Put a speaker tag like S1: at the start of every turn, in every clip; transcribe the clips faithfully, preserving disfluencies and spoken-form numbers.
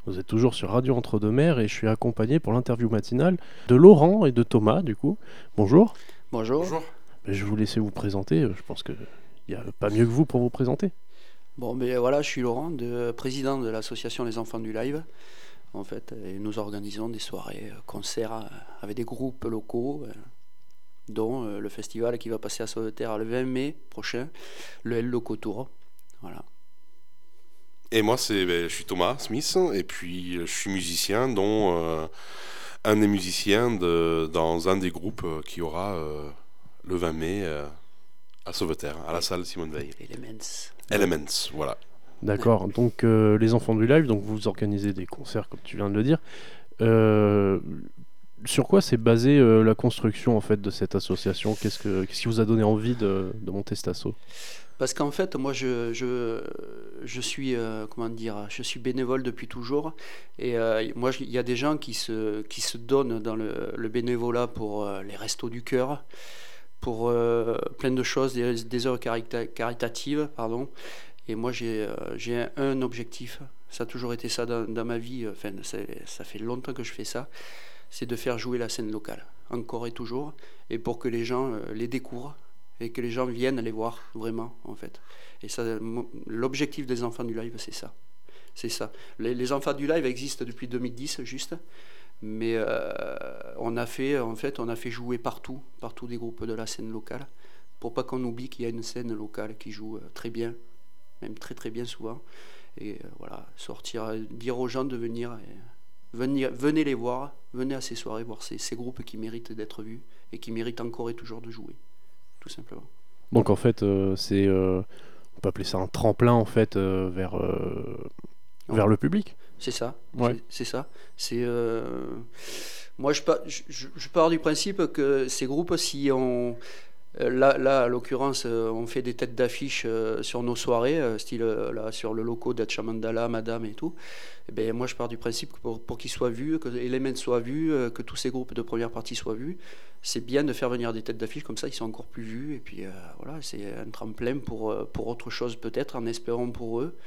S1: Vous êtes toujours sur Radio Entre-deux-Mers et je suis accompagné pour l'interview matinale de Laurent et de Thomas, du coup. Bonjour.
S2: Bonjour.
S3: Bonjour.
S1: Je vous laisse vous présenter. Je pense qu'il n'y a pas mieux que vous pour vous présenter.
S2: Bon, ben voilà, je suis Laurent, de, président de l'association Les Enfants du Live. En fait, et nous organisons des soirées, concerts avec des groupes locaux, dont le festival qui va passer à Sauveterre le vingt mai prochain, le L Loco Tour. Voilà.
S3: Et moi, c'est, ben, je suis Thomas Smith, et puis je suis musicien, dont euh, un des musiciens de, dans un des groupes qui aura euh, le vingt mai euh, à Sauveterre, à la salle Simone Veil.
S2: Elements.
S3: Elements, voilà.
S1: D'accord, ouais. Donc euh, les Enfants du Live, donc vous organisez des concerts comme tu viens de le dire. Euh, sur quoi s'est basée euh, la construction en fait de cette association? Qu'est-ce, que, qu'est-ce qui vous a donné envie de, de monter cet asso?
S2: Parce qu'en fait, moi, je, je, je suis, euh, comment dire, je suis bénévole depuis toujours. Et euh, moi, il y a des gens qui se, qui se donnent dans le, le bénévolat pour euh, les restos du cœur, pour euh, plein de choses, des, des œuvres carita- caritatives, pardon. Et moi, j'ai, euh, j'ai un, un objectif. Ça a toujours été ça dans, dans ma vie. Enfin, ça, ça fait longtemps que je fais ça. C'est de faire jouer la scène locale, encore et toujours, et pour que les gens euh, les découvrent. Et que les gens viennent les voir vraiment en fait. Et ça, l'objectif des Enfants du Live, c'est ça. C'est ça. Les, les Enfants du Live existent depuis deux mille dix juste, mais euh, on a fait en fait on a fait jouer partout, partout des groupes de la scène locale, pour pas qu'on oublie qu'il y a une scène locale qui joue très bien, même très très bien souvent. Et euh, voilà, sortir, dire aux gens de venir, et venir, venez les voir, venez à ces soirées voir ces, ces groupes qui méritent d'être vus et qui méritent encore et toujours de jouer. Tout simplement.
S1: Donc en fait, euh, c'est, euh, on peut appeler ça un tremplin en fait euh, vers, euh, vers le public.
S2: C'est ça,
S1: ouais.
S2: c'est, c'est ça. C'est, euh... Moi, je, je, je pars du principe que ces groupes, si on... Là, là, à l'occurrence, on fait des têtes d'affiche sur nos soirées, style là, sur le loco d'Hatchamandala, Madame et tout. Et ben, moi, je pars du principe que pour, pour qu'ils soient vus, que Elements soient vus, que tous ces groupes de première partie soient vus, c'est bien de faire venir des têtes d'affiche, comme ça, ils sont encore plus vus. Et puis, euh, voilà, c'est un tremplin pour, pour autre chose, peut-être, en espérant pour eux.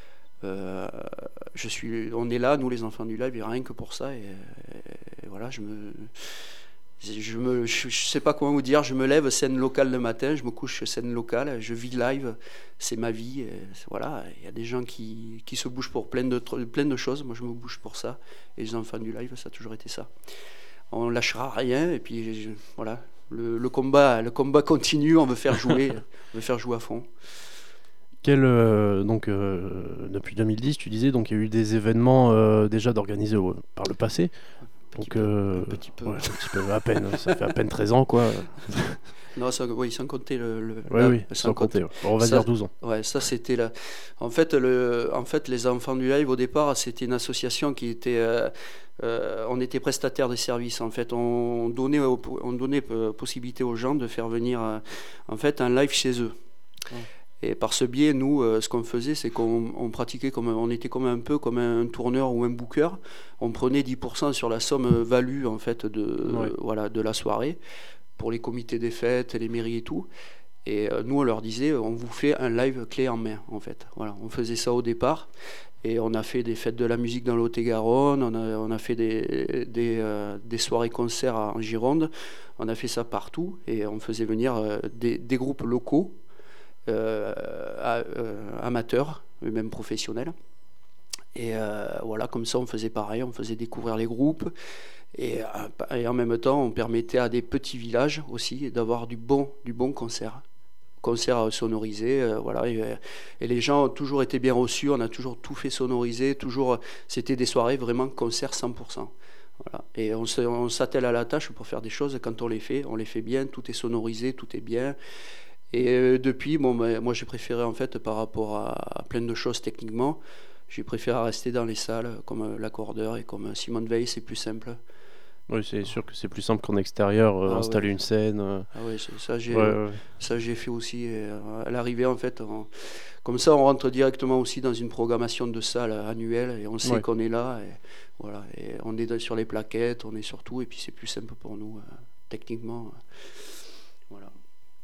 S2: Euh, je suis, on est là, nous, les Enfants du Live, et rien que pour ça. Et, et voilà, je me... Je ne je, je sais pas comment vous dire, je me lève scène locale le matin, je me couche scène locale, je vis live, c'est ma vie. Et voilà, il y a des gens qui, qui se bougent pour plein de, plein de choses, moi je me bouge pour ça. Et les Enfants du Live, ça a toujours été ça. On lâchera rien, et puis je, voilà, le, le, combat, le combat continue, on veut faire jouer, on veut faire jouer à fond.
S1: Quel, euh, donc, euh, depuis deux mille dix, tu disais, donc il y a eu des événements euh, déjà d'organiser au, par le passé. Donc,
S2: peu,
S1: euh,
S2: un petit peu.
S1: Ouais, un petit peu, à peine, ça fait à peine treize ans, quoi.
S2: Non, ça, oui, sans compter le... le
S1: oui,
S2: la,
S1: oui, sans, sans compter. Ouais. Bon, on va
S2: ça,
S1: dire douze ans.
S2: Ouais, ça, c'était là. En fait, le, en fait, les Enfants du Live, au départ, c'était une association qui était... Euh, euh, on était prestataire de services, en fait. On donnait, on donnait possibilité aux gens de faire venir, euh, en fait, un live chez eux. Ouais. Et par ce biais, nous, euh, ce qu'on faisait, c'est qu'on on pratiquait comme on était comme un peu comme un tourneur ou un booker. On prenait dix pour cent sur la somme value en fait de ouais. voilà de la soirée pour les comités des fêtes, les mairies et tout. Et euh, nous, on leur disait, on vous fait un live clé en main en fait. Voilà, on faisait ça au départ. Et on a fait des fêtes de la musique dans l'Lot-et-Garonne, on a, on a fait des, des, euh, des soirées-concerts en Gironde, on a fait ça partout. Et on faisait venir euh, des, des groupes locaux. Euh, à, euh, amateurs, même professionnels. Et euh, voilà, comme ça, on faisait pareil, on faisait découvrir les groupes. Et, euh, et en même temps, on permettait à des petits villages aussi d'avoir du bon, du bon concert. Concert sonorisé, euh, voilà. Et, et les gens ont toujours été bien reçus, on a toujours tout fait sonoriser, toujours, c'était des soirées vraiment concert cent pour cent. Voilà. Et on, se, on s'attelle à la tâche pour faire des choses, quand on les fait, on les fait bien, tout est sonorisé, tout est bien. Et euh, depuis, bon, bah, moi j'ai préféré en fait par rapport à, à plein de choses techniquement, j'ai préféré rester dans les salles comme euh, l'accordeur et comme euh, Simone Veil, c'est plus simple.
S1: Oui, c'est sûr que c'est plus simple qu'en extérieur, euh, ah, installer ouais. une scène. Euh...
S2: Ah oui, ça j'ai,
S1: ouais,
S2: euh,
S1: ouais.
S2: ça j'ai fait aussi. Et, euh, à l'arrivée en fait, on, comme ça on rentre directement aussi dans une programmation de salle annuelle et on sait ouais. qu'on est là. Et, voilà, et on est sur les plaquettes, on est sur tout et puis c'est plus simple pour nous euh, techniquement. Euh, voilà.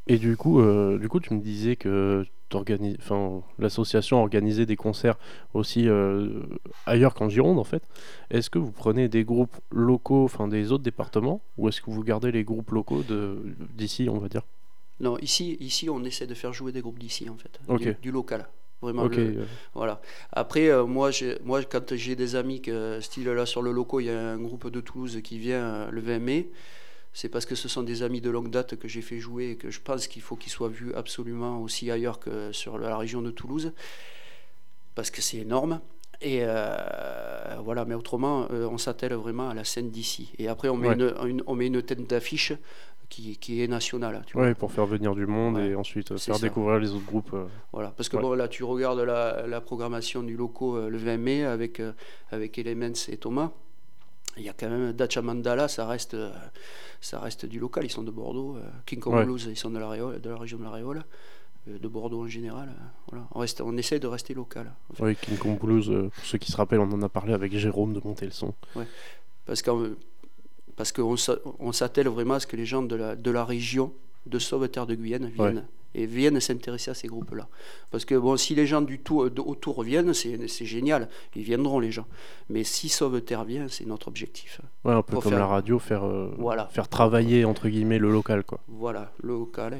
S1: Et du coup, euh, du coup, tu me disais que t'organises- enfin, l'association organisait des concerts aussi euh, ailleurs qu'en Gironde, en fait. Est-ce que vous prenez des groupes locaux, enfin des autres départements, ou est-ce que vous gardez les groupes locaux de d'ici, on va dire?
S2: Non, ici, ici, on essaie de faire jouer des groupes d'ici, en fait,
S1: Ok,
S2: du, du local. Vraiment,
S1: ok,
S2: le,
S1: euh,
S2: voilà. Après, euh, moi, j'ai- moi, quand j'ai des amis, que, style là sur le loco, il y a un groupe de Toulouse qui vient euh, le vingt mai, c'est parce que ce sont des amis de longue date que j'ai fait jouer et que je pense qu'il faut qu'ils soient vus absolument aussi ailleurs que sur la région de Toulouse, parce que c'est énorme. Et euh, voilà, mais autrement, euh, on s'attelle vraiment à la scène d'ici. Et après, on met
S1: ouais,
S2: une, une- on met une tête d'affiche qui, qui est nationale, tu vois.
S1: ouais, pour faire venir du monde
S2: Ouais,
S1: et ensuite euh,
S2: c'est
S1: faire
S2: ça.
S1: découvrir les autres groupes. euh,
S2: Voilà, parce que
S1: Ouais,
S2: bon, là, tu regardes la, la programmation du loco euh, le vingt mai avec, euh, avec Elements et Thomas. Il y a quand même Dacha Mandala, ça reste, euh, ça reste du local, ils sont de Bordeaux. euh, King Kong
S1: ouais,
S2: Blues, ils sont de la, Réole- de la région de la Réole, euh, de Bordeaux en général. euh, voilà. On, reste, on essaie de rester local, en fait.
S1: ouais, King Kong Blues, euh, pour ceux qui se rappellent, on en a parlé avec Jérôme de Monter le Son.
S2: Ouais. Parce qu'on parce qu'on s'a- on s'attelle vraiment à ce que les gens de la, de la région de Sauveterre de Guyenne
S1: Ouais,
S2: viennent et viennent s'intéresser à ces groupes-là. Parce que bon, si les gens du tout, de- autour viennent, c'est c'est génial, ils viendront les gens. Mais si Sauveterre vient, c'est notre objectif.
S1: ouais, un peu
S2: Pour
S1: comme la
S2: faire,
S1: radio, faire, euh,
S2: voilà,
S1: faire
S2: pour-
S1: travailler entre guillemets le local, quoi.
S2: voilà, le local.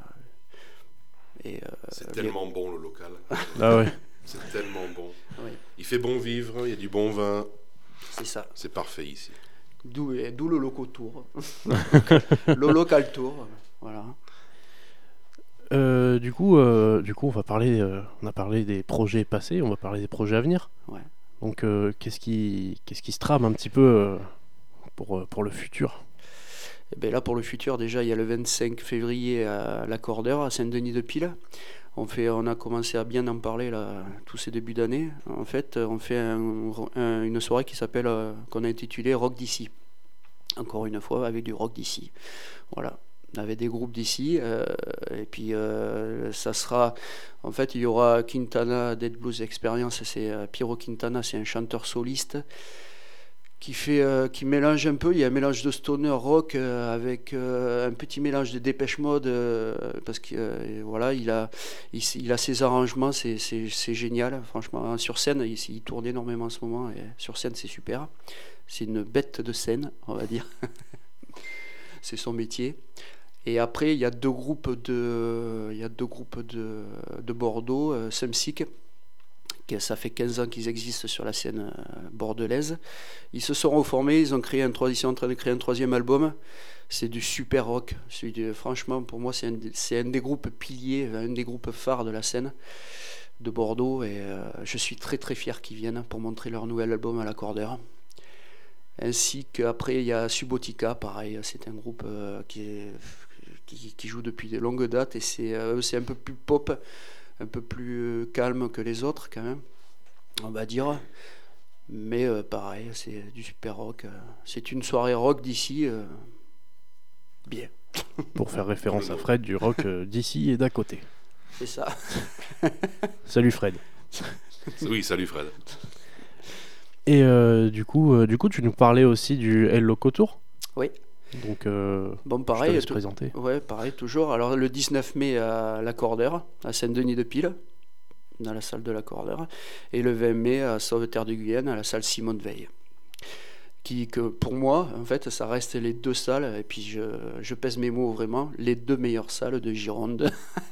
S2: Et, et, euh,
S3: C'est
S2: les-
S3: tellement bon le local.
S1: Ah ouais,
S3: C'est tellement bon.
S2: oui,
S3: Il fait bon vivre, il y a du bon vin.
S2: c'est ça.
S3: C'est parfait ici.
S2: D'où d'où le loco tour, le local tour, voilà.
S1: Euh, du coup, euh, du coup, on va parler, euh, on a parlé des projets passés, on va parler des projets à venir.
S2: Ouais.
S1: Donc, euh, qu'est-ce qui, qu'est-ce qui se trame un petit peu euh, pour, euh, pour le futur?
S2: Et ben là, pour le futur, déjà, il y a le vingt-cinq février à l'Accordeur, à Saint-Denis-de-Pile. On, fait, on a commencé à bien en parler là, tous ces débuts d'année. En fait, on fait un- un- une soirée qui s'appelle, euh, qu'on a intitulée Rock d'ici. Encore une fois, avec du rock d'ici. Voilà. Avec des groupes d'ici. euh, et puis, euh, ça sera. En fait, il y aura Quintana Dead Blues Experience. C'est euh, Piero Quintana, c'est un chanteur soliste qui fait euh, qui mélange un peu. Il y a un mélange de stoner rock euh, avec euh, un petit mélange de Dépêche Mode euh, parce que euh, voilà, il a il, il a ses arrangements, c'est, c'est, c'est génial franchement. Sur scène, il, il tourne énormément en ce moment et sur scène c'est super. C'est une bête de scène, on va dire. C'est son métier. Et après, il y a deux groupes de il y a deux groupes de, de Bordeaux, euh, Sumsic, que ça fait quinze ans qu'ils existent sur la scène euh, bordelaise. Ils se sont reformés, ils ont créé un trois- ils sont en train de créer un troisième album. C'est du super rock. C'est du- franchement, pour moi, c'est un, des- c'est un des groupes piliers, un des groupes phares de la scène de Bordeaux. Et euh, je suis très très fier qu'ils viennent pour montrer leur nouvel album à l'Accordeur. Ainsi qu'après, il y a Subotica, pareil, c'est un groupe euh, qui, est- qui, qui joue depuis de longues dates et c'est euh, c'est un peu plus pop, un peu plus euh, calme que les autres quand même, on va dire. Mais euh, pareil, c'est du super rock. euh. C'est une soirée rock d'ici, euh, bien,
S1: Pour faire référence à Fred du rock euh, d'ici et d'à côté.
S2: c'est ça.
S1: Salut Fred.
S3: Oui, salut Fred.
S1: Et euh, du coup, euh, du coup, tu nous parlais aussi du El Loco Tour.
S2: Oui.
S1: Donc, euh,
S2: Bon,
S1: je te
S2: pareil.
S1: laisse
S2: tout-
S1: présenter.
S2: Ouais, pareil, toujours. Alors, le dix-neuf mai à l'Accordeur, à Saint-Denis-de-Pile, dans la salle de l'Accordeur, et le vingt mai à Sauveterre de Guyenne, à la salle Simone Veil. Qui, que pour moi, en fait, ça reste les deux salles, et puis je, je pèse mes mots vraiment, les deux meilleures salles de Gironde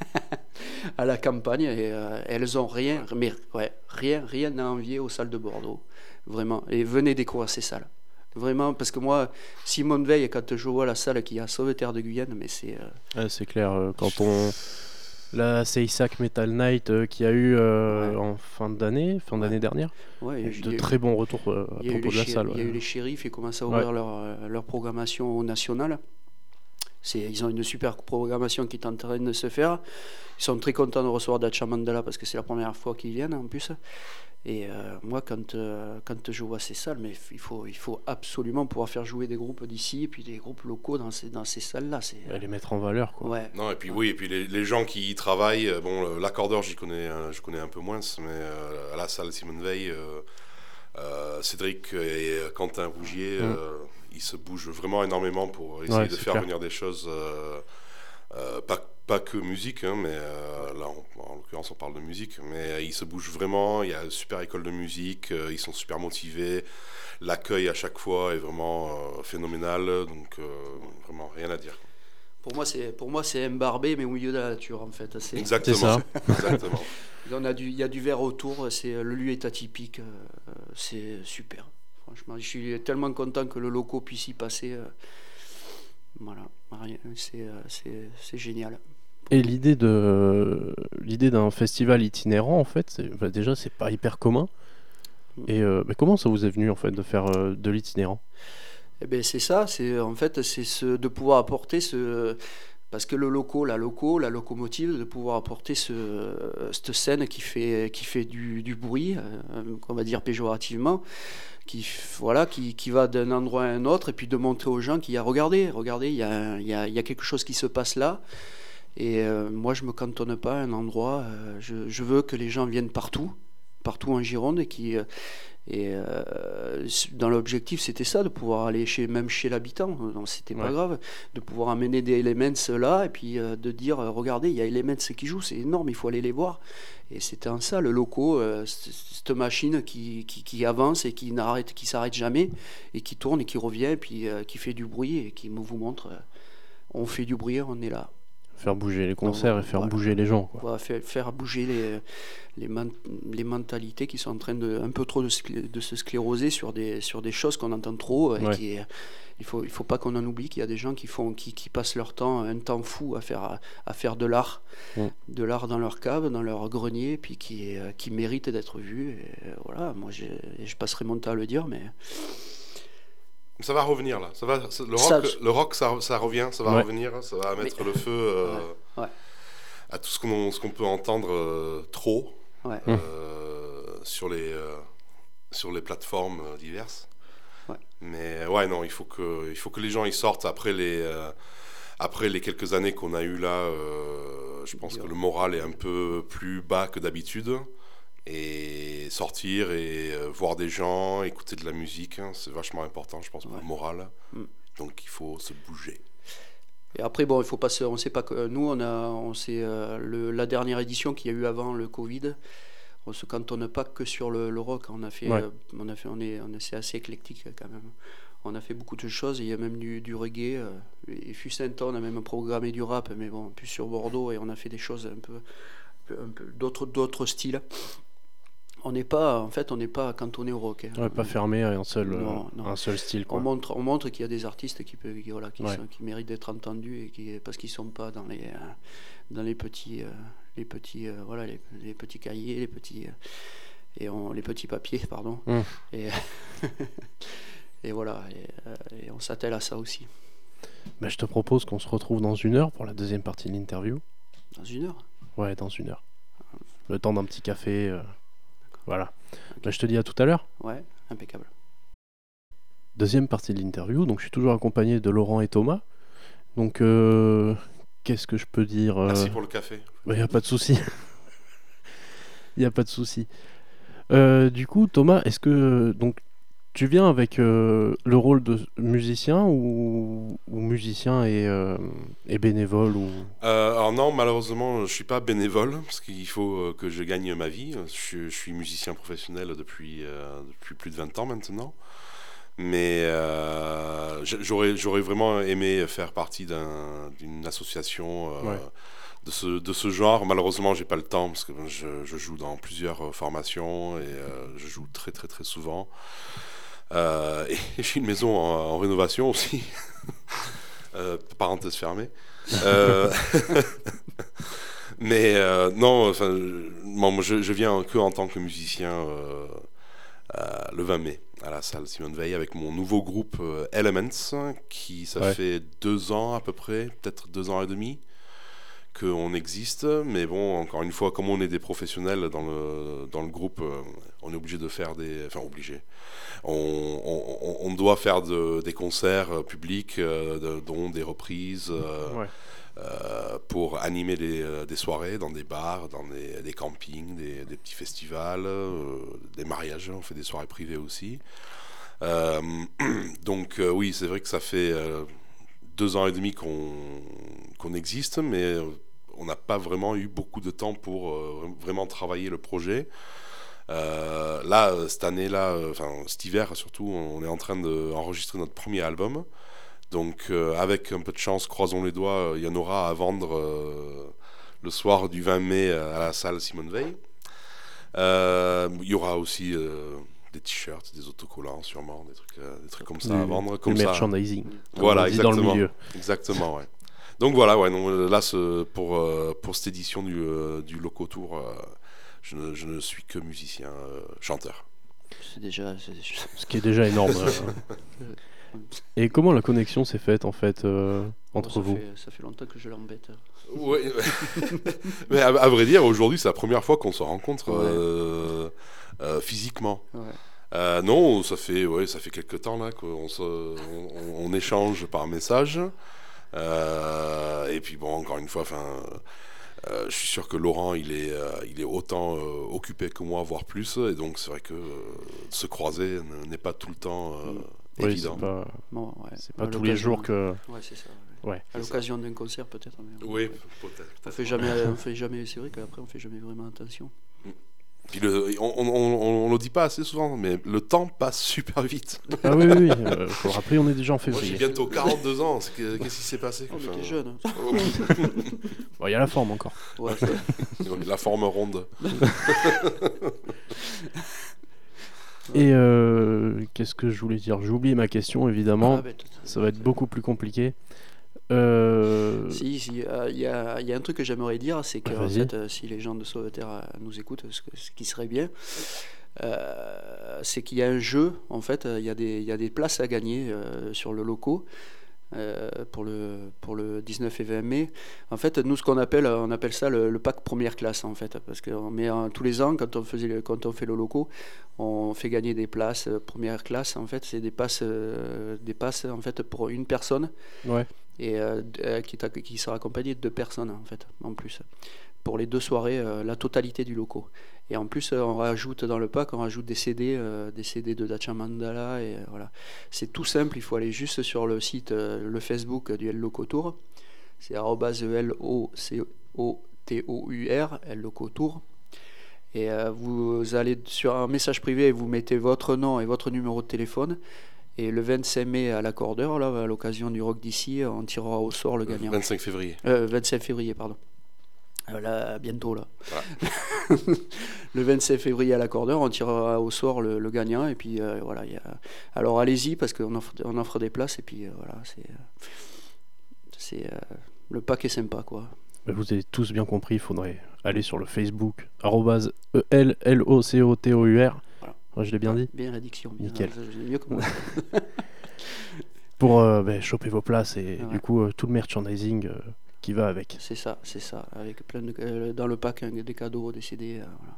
S2: à la campagne, et euh, elles ont rien, mais ouais, rien, rien à envier aux salles de Bordeaux, vraiment. Et venez découvrir ces salles. Vraiment, parce que moi, Simone Veil, quand je vois la salle qui a Sauveterre de Guyenne, mais c'est. euh,
S1: Ouais, c'est clair, euh, quand on. La Seisak Metal Night euh, qui a eu euh,
S2: Ouais.
S1: en fin d'année, fin
S2: Ouais.
S1: d'année dernière,
S2: ouais, il y a
S1: de
S2: eu-
S1: très bons retours euh, à
S2: il y a eu
S1: propos
S2: les
S1: de la
S2: chéri-
S1: salle.
S2: il y a
S1: ouais.
S2: eu les shérifs, ils commencent à ouvrir leur, euh, leur programmation au national. C'est, ils ont une super programmation qui est en train de se faire. Ils sont très contents de recevoir Dacha Mandala parce que c'est la première fois qu'ils viennent en plus. Et euh, moi, quand, euh, quand je vois ces salles, mais il faut, il faut absolument pouvoir faire jouer des groupes d'ici et puis des groupes locaux dans ces, dans ces salles-là. C'est,
S1: Et les mettre en valeur, quoi.
S2: ouais.
S3: Non, et puis oui, et puis les, les gens qui y travaillent, euh, bon, le- l'accordeur, j'y connais, un- je connais un peu moins, mais euh, à la salle Simone Veil, euh, euh, Cédric et euh, Quentin Rougier,
S1: Mm.
S3: euh, ils se bougent vraiment énormément pour essayer
S1: Ouais,
S3: de
S1: c'est
S3: faire
S1: clair.
S3: venir des choses, euh, euh, pas, pas que musique, hein, mais euh, là, on- en l'occurrence, on parle de musique, mais euh, ils se bougent vraiment. Il y a une super école de musique, euh, ils sont super motivés. L'accueil à chaque fois est vraiment euh, phénoménal, donc euh, vraiment rien à dire.
S2: Pour moi, c'est pour moi c'est Mbarbé, mais au milieu de la nature, en fait. C'est,
S3: Exactement.
S1: C'est ça.
S3: Exactement.
S2: on a du, il y a du vert autour. C'est le lieu est atypique. euh, c'est super. Franchement, je suis tellement content que le loco puisse y passer. euh, voilà, rien- c'est, euh, c'est, c'est génial.
S1: Et l'idée de l'idée d'un festival itinérant, en fait, c'est, bah, déjà, c'est pas hyper commun. Et euh, bah, comment ça vous est venu, en fait, de faire euh, de l'itinérant?
S2: Eh ben c'est ça, c'est en fait c'est ce, de pouvoir apporter ce parce que le loco, la loco, la locomotive, de pouvoir apporter ce, cette scène qui fait qui fait du, du bruit, euh, on va dire péjorativement, qui voilà qui, qui va d'un endroit à un autre et puis de montrer aux gens qu'il y a regardez, regardez, il y a, il y a, il y a quelque chose qui se passe là. Et euh, moi je me cantonne pas à un endroit, euh, je, je veux que les gens viennent partout, partout en Gironde et qui euh, et euh, dans l'objectif, c'était ça, de pouvoir aller chez, même chez l'habitant, donc c'était pas
S1: Ouais.
S2: grave, de pouvoir amener des Elements là, et puis euh, de dire, euh, regardez, il y a Elements qui jouent, c'est énorme, il faut aller les voir. Et c'était en ça, le loco, euh, c- cette machine qui, qui, qui avance et qui n'arrête, qui s'arrête jamais, et qui tourne et qui revient, et puis euh, qui fait du bruit, et qui me vous montre, euh, on fait du bruit, on est là.
S1: Faire bouger les concerts et faire
S2: voilà.
S1: bouger les gens, quoi.
S2: Voilà, faire, faire bouger les, les, man- les mentalités qui sont en train de un peu trop de, sclé- de se scléroser sur des, sur des choses qu'on entend trop. Et
S1: Ouais.
S2: qui, il faut, il faut pas qu'on en oublie qu'il y a des gens qui, font, qui, qui passent leur temps, un temps fou à faire, à faire de l'art,
S1: Mm.
S2: de l'art dans leur cave, dans leur grenier, puis qui, euh, qui méritent d'être vus. Et euh, voilà, moi j'ai- je passerai mon temps à le dire, mais
S3: Ça va revenir là. Ça va, ça- le
S2: Ça,
S3: rock,
S2: je-
S3: le rock ça, ça revient, ça va
S1: Ouais.
S3: revenir, ça va mettre
S2: Mais-
S3: le feu euh,
S2: Ouais, ouais.
S3: à tout ce qu'on, ce qu'on peut entendre euh, trop
S2: ouais.
S3: euh, sur, les, euh, sur les plateformes euh, diverses.
S2: Ouais.
S3: Mais euh, ouais, non, il faut que, il faut que les gens y sortent après les, euh, après les quelques années qu'on a eues là. euh, je pense que le moral est un peu plus bas que d'habitude. Et sortir et euh, voir des gens, écouter de la musique, hein, c'est vachement important, je pense, pour
S2: Ouais.
S3: le moral.
S2: Mm.
S3: Donc il faut se bouger.
S2: Et après, bon, il faut pas se, on sait pas que nous, on a, on sait, euh, le, la dernière édition qu'il y a eu avant le Covid, on se cantonne pas que sur le, le rock. On a fait,
S1: Ouais.
S2: euh, on a fait, on est, on est, c'est assez éclectique quand même. On a fait beaucoup de choses. Il y a même du, du reggae. Euh, et fut un temps, on a même programmé du rap, mais bon, plus sur Bordeaux, et on a fait des choses un peu, un peu, un peu d'autres, d'autres styles. On n'est pas, en fait, on n'est pas cantonné au rock. hein.
S1: Ouais, pas fermé à un seul, euh,
S2: Non, non.
S1: un seul style,
S2: On
S1: quoi.
S2: montre, on montre qu'il y a des artistes qui, peuvent, qui, voilà, qui,
S1: Ouais.
S2: sont- qui méritent d'être entendus et qui, parce qu'ils sont pas dans les, euh, dans les petits, euh, les petits, euh, voilà, les, les petits cahiers, les petits, euh, et on, les petits papiers, pardon.
S1: Mm.
S2: Et, et voilà, et, euh, et on s'attelle à ça aussi.
S1: Bah, je te propose qu'on se retrouve dans une heure pour la deuxième partie de l'interview.
S2: Dans une heure.
S1: Ouais, dans une heure. Le temps d'un petit café. euh, Voilà.
S2: Ok.
S1: Bah, je te dis à tout à l'heure.
S2: Ouais, impeccable.
S1: Deuxième partie de l'interview. Donc, je suis toujours accompagné de Laurent et Thomas. Donc, euh, qu'est-ce que je peux dire euh,
S3: Merci pour le café.
S1: Il n'y a pas de souci. Il n'y a pas de souci. Euh, du coup, Thomas, est-ce que donc tu viens avec euh, le rôle de musicien ou, ou musicien et, euh, et bénévole ou...
S3: Euh, alors non, malheureusement, je suis pas bénévole parce qu'il faut euh, que je gagne ma vie. Je, suis- je suis musicien professionnel depuis, euh, depuis plus de vingt ans maintenant. Mais euh, j'- j'aurais, j'aurais vraiment aimé faire partie d'un- d'une association euh,
S1: Ouais.
S3: de, ce, de ce genre. Malheureusement, j'ai pas le temps parce que je, je joue dans plusieurs euh, formations et euh, je joue très très très souvent. Euh, et j'ai une maison en, en rénovation aussi. Euh, parenthèse fermée. Euh, mais euh, non, enfin, je, bon, je, je viens que en tant que musicien euh, euh, le vingt mai à la salle Simone Veil avec mon nouveau groupe euh, Elements, qui ça
S1: Ouais.
S3: fait deux ans à peu près, peut-être deux ans et demi qu'on existe. Mais bon, encore une fois, comme on est des professionnels dans le, dans le groupe, euh, on est obligé de faire des... Enfin, obligé. On, on, on doit faire de, des concerts euh, publics, euh, de- dont des reprises, euh,
S1: Ouais.
S3: euh, pour animer des, euh, des soirées dans des bars, dans des, des campings, des, des petits festivals, euh, des mariages, on fait des soirées privées aussi. Euh, donc euh, oui, c'est vrai que ça fait euh, deux ans et demi qu'on qu'on existe, mais euh, on n'a pas vraiment eu beaucoup de temps pour euh, vraiment travailler le projet. Euh, là, cette année-là, enfin cet hiver surtout, on est en train d'enregistrer notre premier album. Donc euh, avec un peu de chance, croisons les doigts, il y en aura à vendre euh, le soir du vingt mai à la salle Simone Veil. Euh, il y aura aussi euh, des t-shirts, des autocollants sûrement, des trucs, euh, des trucs comme ça
S1: du,
S3: à vendre. Comme
S1: du
S3: ça.
S1: merchandising.
S3: Voilà, exactement.
S1: Dans le milieu.
S3: Exactement, ouais. Donc voilà, ouais, donc, là, ce, pour, euh, pour cette édition du, euh, du Loco Tour, euh, je, ne, je ne suis que musicien, euh, chanteur.
S2: C'est déjà, c'est déjà...
S1: Ce qui est déjà énorme. euh. Et comment la connexion s'est faite en fait euh, entre
S2: ça
S1: vous
S2: fait, Ça fait longtemps que je l'embête.
S3: Oui, mais à, à vrai dire, aujourd'hui, c'est la première fois qu'on se rencontre
S2: Ouais.
S3: euh, euh, physiquement.
S2: Ouais.
S3: Euh, non, ça fait, ouais, ça fait quelques temps là qu'on se, on, on échange par message. Euh, et puis bon, encore une fois, enfin, euh, je suis sûr que Laurent, il est, euh, il est autant euh, occupé que moi, voire plus. Et donc, c'est vrai que euh, se croiser n'est pas tout le temps euh,
S1: Oui,
S3: évident.
S1: c'est pas,
S2: Bon, ouais.
S1: c'est pas
S2: À
S1: tous les
S2: l'occasion-
S1: jours que.
S2: Ouais, c'est ça. Ouais.
S1: Ouais.
S2: À l'occasion d'un concert, peut-être. Mais
S3: Oui,
S2: ouais.
S3: peut-être.
S2: On fait jamais, on fait jamais. C'est vrai qu'après, on fait jamais vraiment attention.
S3: Puis le, on, on, on, on le dit pas assez souvent, mais le temps passe super vite.
S1: Ah oui, oui, oui. Euh, faut le rappeler, on est déjà en
S3: Moi, j'ai
S1: février.
S3: bientôt quarante-deux ans. c'est que- Qu'est-ce qui s'est passé
S2: Oh, mais
S3: Enfin,
S2: t'es jeune. Hein.
S1: Bon, il y a la forme encore.
S2: Ouais, c'est-
S3: La forme ronde.
S1: Et euh, qu'est-ce que je voulais dire J'ai oublié ma question, évidemment.
S2: Ah, bête.
S1: Ça va être beaucoup plus compliqué. Euh...
S2: Si, si, il euh, y, a, y a un truc que j'aimerais dire, c'est que
S1: Ah,
S2: en
S1: vas-y.
S2: fait, euh, si les gens de Sauveterre euh, nous écoutent, ce, que- ce qui serait bien, euh, c'est qu'il y a un jeu, en fait, il y, a des- y a des places à gagner euh, sur le loco euh, pour, le, pour le dix-neuf et vingt mai. En fait, nous, ce qu'on appelle, on appelle ça le, le pack première classe, en fait, parce que on met, euh, tous les ans, quand on, faisait le- quand on fait le loco, on fait gagner des places euh, première classe. En fait, c'est des passes, euh, des passes en fait, pour une personne
S1: Ouais.
S2: et euh, d- euh, qui, est ac- qui sera accompagné de deux personnes en fait en plus pour les deux soirées euh, la totalité du loco et en plus euh, on rajoute dans le pack on rajoute des C D euh, des C D de Dacha Mandala et euh, voilà c'est tout simple il faut aller juste sur le site euh, le Facebook du L Loco Tour c'est arobase L O C O T O U R L Loco Tour et euh, vous allez sur un message privé et vous mettez votre nom et votre numéro de téléphone. Et le vingt-cinq mai à l'accordeur, là, à l'occasion du Rock d'ici, on tirera au sort le gagnant.
S3: vingt-cinq février.
S2: Euh, vingt-cinq février, pardon. Euh, là, bientôt, là.
S3: Voilà.
S2: Le vingt-cinq février à l'accordeur, on tirera au sort le, le gagnant. Et puis, euh, voilà. Y a... Alors, allez-y, parce qu'on offre, on offre des places. Et puis, euh, voilà, c'est... euh, c'est euh, le pack est sympa, quoi.
S1: Mais vous avez tous bien compris, il faudrait aller sur le Facebook, arobase E L L O C O T O U R.
S2: Voilà.
S1: Ouais, je l'ai bien dit.
S2: Bien l'addiction. Bien,
S1: Nickel.
S2: C'est mieux que moi.
S1: Pour euh, ben, choper vos places et
S2: Ouais.
S1: du coup euh, tout le merchandising euh, qui va avec.
S2: C'est ça, c'est ça. Avec plein de... euh, dans le pack, un- des cadeaux, des C D, euh, voilà.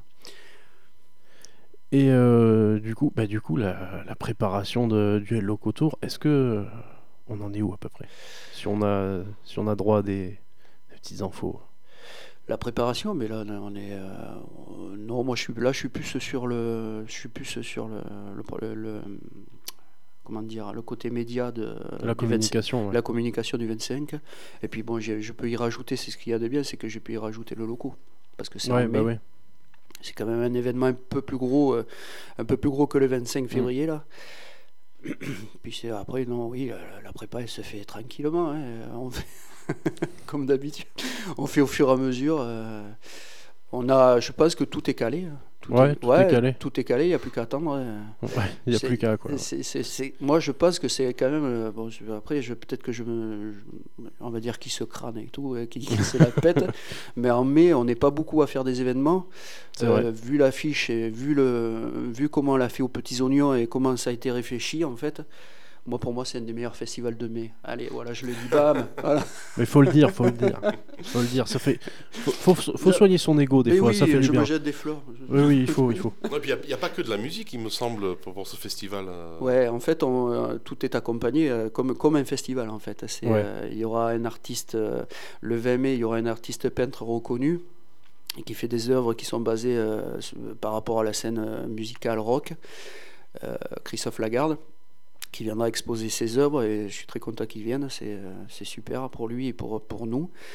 S1: Et euh, du coup, bah, du coup la, la préparation de, du L Loco Tour, est-ce que euh, on en est où à peu près si on a, si on a droit à des, des petites infos.
S2: La préparation, mais là on est euh, non, moi je suis là, je suis plus sur le, je suis plus sur le, le, le- comment dire, le côté média de
S1: La
S2: du
S1: communication,
S2: vingt-cinq,
S1: ouais.
S2: la communication du vingt-cinq. Et puis bon, j'ai- je peux y rajouter, c'est ce qu'il y a de bien, c'est que je peux y rajouter le loco parce que c'est
S1: Ouais,
S2: en
S1: bah
S2: mai.
S1: ouais.
S2: C'est quand même un événement un peu plus gros, euh, un peu plus gros que le vingt-cinq février là. Puis c'est après, non, oui, la, la prépa elle se fait tranquillement, hein, on fait comme d'habitude. On fait au fur et à mesure. euh, on a, je pense que tout est calé. hein. Tout
S1: Ouais,
S2: est,
S1: tout est calé.
S2: Tout est calé, il n'y a plus qu'à attendre. hein.
S1: Ouais, il n'y a
S2: C'est-
S1: plus qu'à quoi.
S2: c'est- c'est- c'est- moi, je pense que c'est quand même. euh, Bon, je- après, je, peut-être que je me. je- on va dire qui se crâne et tout, euh, qui, qui se la pète. Mais en mai, on n'est pas beaucoup à faire des événements.
S1: C'est
S2: Euh,
S1: vrai.
S2: vu l'affiche et vu, le, vu comment on l'a fait aux Petits Oignons et comment ça a été réfléchi, en fait. Moi, pour moi, c'est un des meilleurs festivals de mai. Allez, voilà, je le dis, bam. Voilà.
S1: Mais faut le dire, faut le dire. Faut le dire, ça fait. Faut, faut, faut
S2: Je-
S1: soigner son ego des
S2: Mais
S1: fois,
S2: oui,
S1: ça fait du
S2: je
S1: bien.
S2: me jette des fleurs.
S1: Oui, oui, il faut, il faut.
S3: Ouais, puis il n'y a, pas que de la musique, il me semble, pour, pour ce festival. euh.
S2: Ouais, en fait, on, euh, tout est accompagné euh, comme, comme un festival, en fait. C'est,
S1: Ouais.
S2: euh, il y aura un artiste, euh, le vingt mai, il y aura un artiste peintre reconnu et qui fait des œuvres qui sont basées euh, sur- par rapport à la scène euh, musicale rock, euh, Christophe Lagarde, qui viendra exposer ses œuvres et je suis très content qu'il vienne, c'est, euh, c'est super pour lui et pour, pour nous.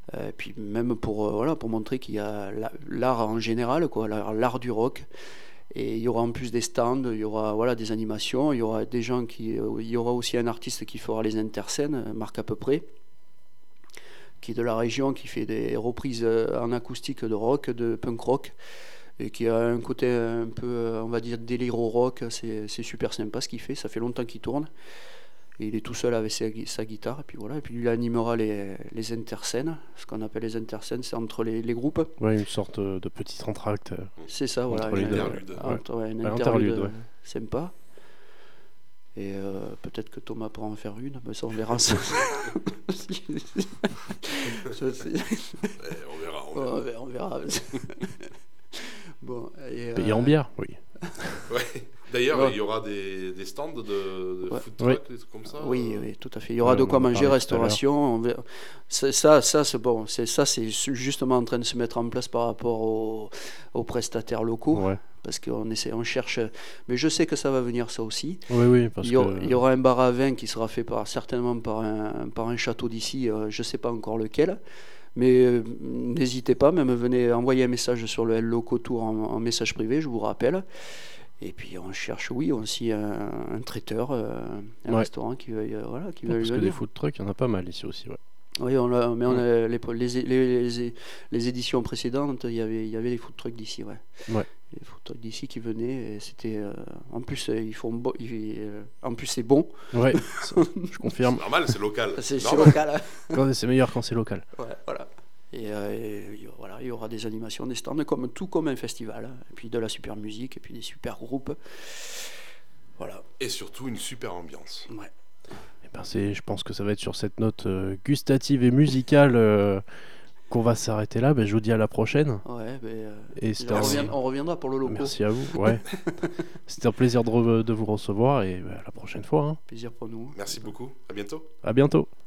S2: Et puis même pour, euh, voilà, pour montrer qu'il y a la- l'art en général, quoi, l'art, l'art du rock. Et il y aura en plus des stands, il y aura voilà, des animations, il y aura des gens qui, il y aura aussi un artiste qui fera les interscènes, Marc à peu près, qui est de la région, qui fait des reprises en acoustique de rock, de punk rock, et qui a un côté un peu, on va dire, délire au rock. C'est, c'est super sympa ce qu'il fait, ça fait longtemps qu'il tourne. Et il est tout seul avec sa, sa guitare, et puis voilà, et puis lui il animera les, les interscènes, ce qu'on appelle les interscènes, c'est entre les, les groupes.
S1: Ouais, une sorte euh, de petit entracte. euh,
S2: C'est ça, voilà.
S1: Entre les
S2: une-
S1: deux,
S3: Interlude.
S2: euh, entre- ouais, une
S1: Ouais,
S2: interlude
S1: interlude, ouais.
S2: euh, sympa. Et euh, peut-être que Thomas pourra en faire une, mais ça on verra. Ça, Ça, c'est-
S3: Eh, on verra. On verra.
S2: on verra. on verra. Bon, et,
S1: Payé
S2: euh,
S1: en bière, oui.
S3: Ouais. D'ailleurs,
S2: Ouais.
S3: il y aura des, des stands de, de
S2: Ouais.
S3: food truck, des trucs comme ça.
S2: Oui,
S3: euh.
S2: oui, tout à fait. Il y aura
S1: Ouais,
S2: de
S1: on
S2: quoi
S1: en a
S2: manger,
S1: parlé tout à
S2: restauration. on verra. C'est- Ça, ça, c'est bon. C'est ça, c'est su- justement en train de se mettre en place par rapport aux, aux prestataires locaux,
S1: Ouais.
S2: parce qu'on essaie, on cherche. Mais je sais que ça va venir, ça aussi.
S1: Oui, oui, parce
S2: Il y, aura,
S1: que...
S2: il y aura un bar à vin qui sera fait par, certainement par un, par un château d'ici, euh, je ne sais pas encore lequel. Mais euh, n'hésitez pas, même venez envoyer un message sur le Loco Tour en, en message privé, je vous rappelle. Et puis on cherche, oui, aussi un, un traiteur, euh, un
S1: Ouais.
S2: restaurant qui veuille, euh, voilà, qui
S1: Ouais,
S2: veuille
S1: parce que des
S2: venir.
S1: food trucks, il y en a pas mal ici aussi, ouais.
S2: Oui, on l'a- mais on
S1: Mm.
S2: a, les, les, les, les- les éditions précédentes, il y avait, il y avait les food trucks d'ici, ouais.
S1: Ouais.
S2: Les food trucks d'ici qui venaient, et c'était, euh, en plus, euh, ils font bo- ils- euh, en plus c'est bon.
S1: Ouais, ça, je confirme.
S3: C'est normal, c'est local.
S2: C'est c'est
S3: Normal.
S2: local. hein.
S1: Quand- C'est meilleur quand c'est local.
S2: Ouais, voilà. Et, euh, et il y aura- voilà, il y aura des animations, des stands, comme tout comme un festival. hein. Et puis de la super musique, et puis des super groupes. Voilà.
S3: Et surtout une super ambiance.
S2: Ouais.
S1: Eh ben, c'est, je pense que ça va être sur cette note euh, gustative et musicale euh, qu'on va s'arrêter là. Ben, je vous dis à la prochaine.
S2: Ouais, ben, euh,
S1: Et
S2: on,
S1: c'était un-
S2: revient- on reviendra pour le loco.
S1: Merci à vous. Ouais. C'était un plaisir de, re- de vous recevoir et ben, à la prochaine fois. hein.
S2: Plaisir pour nous.
S3: Merci beaucoup. À bientôt.
S1: À bientôt.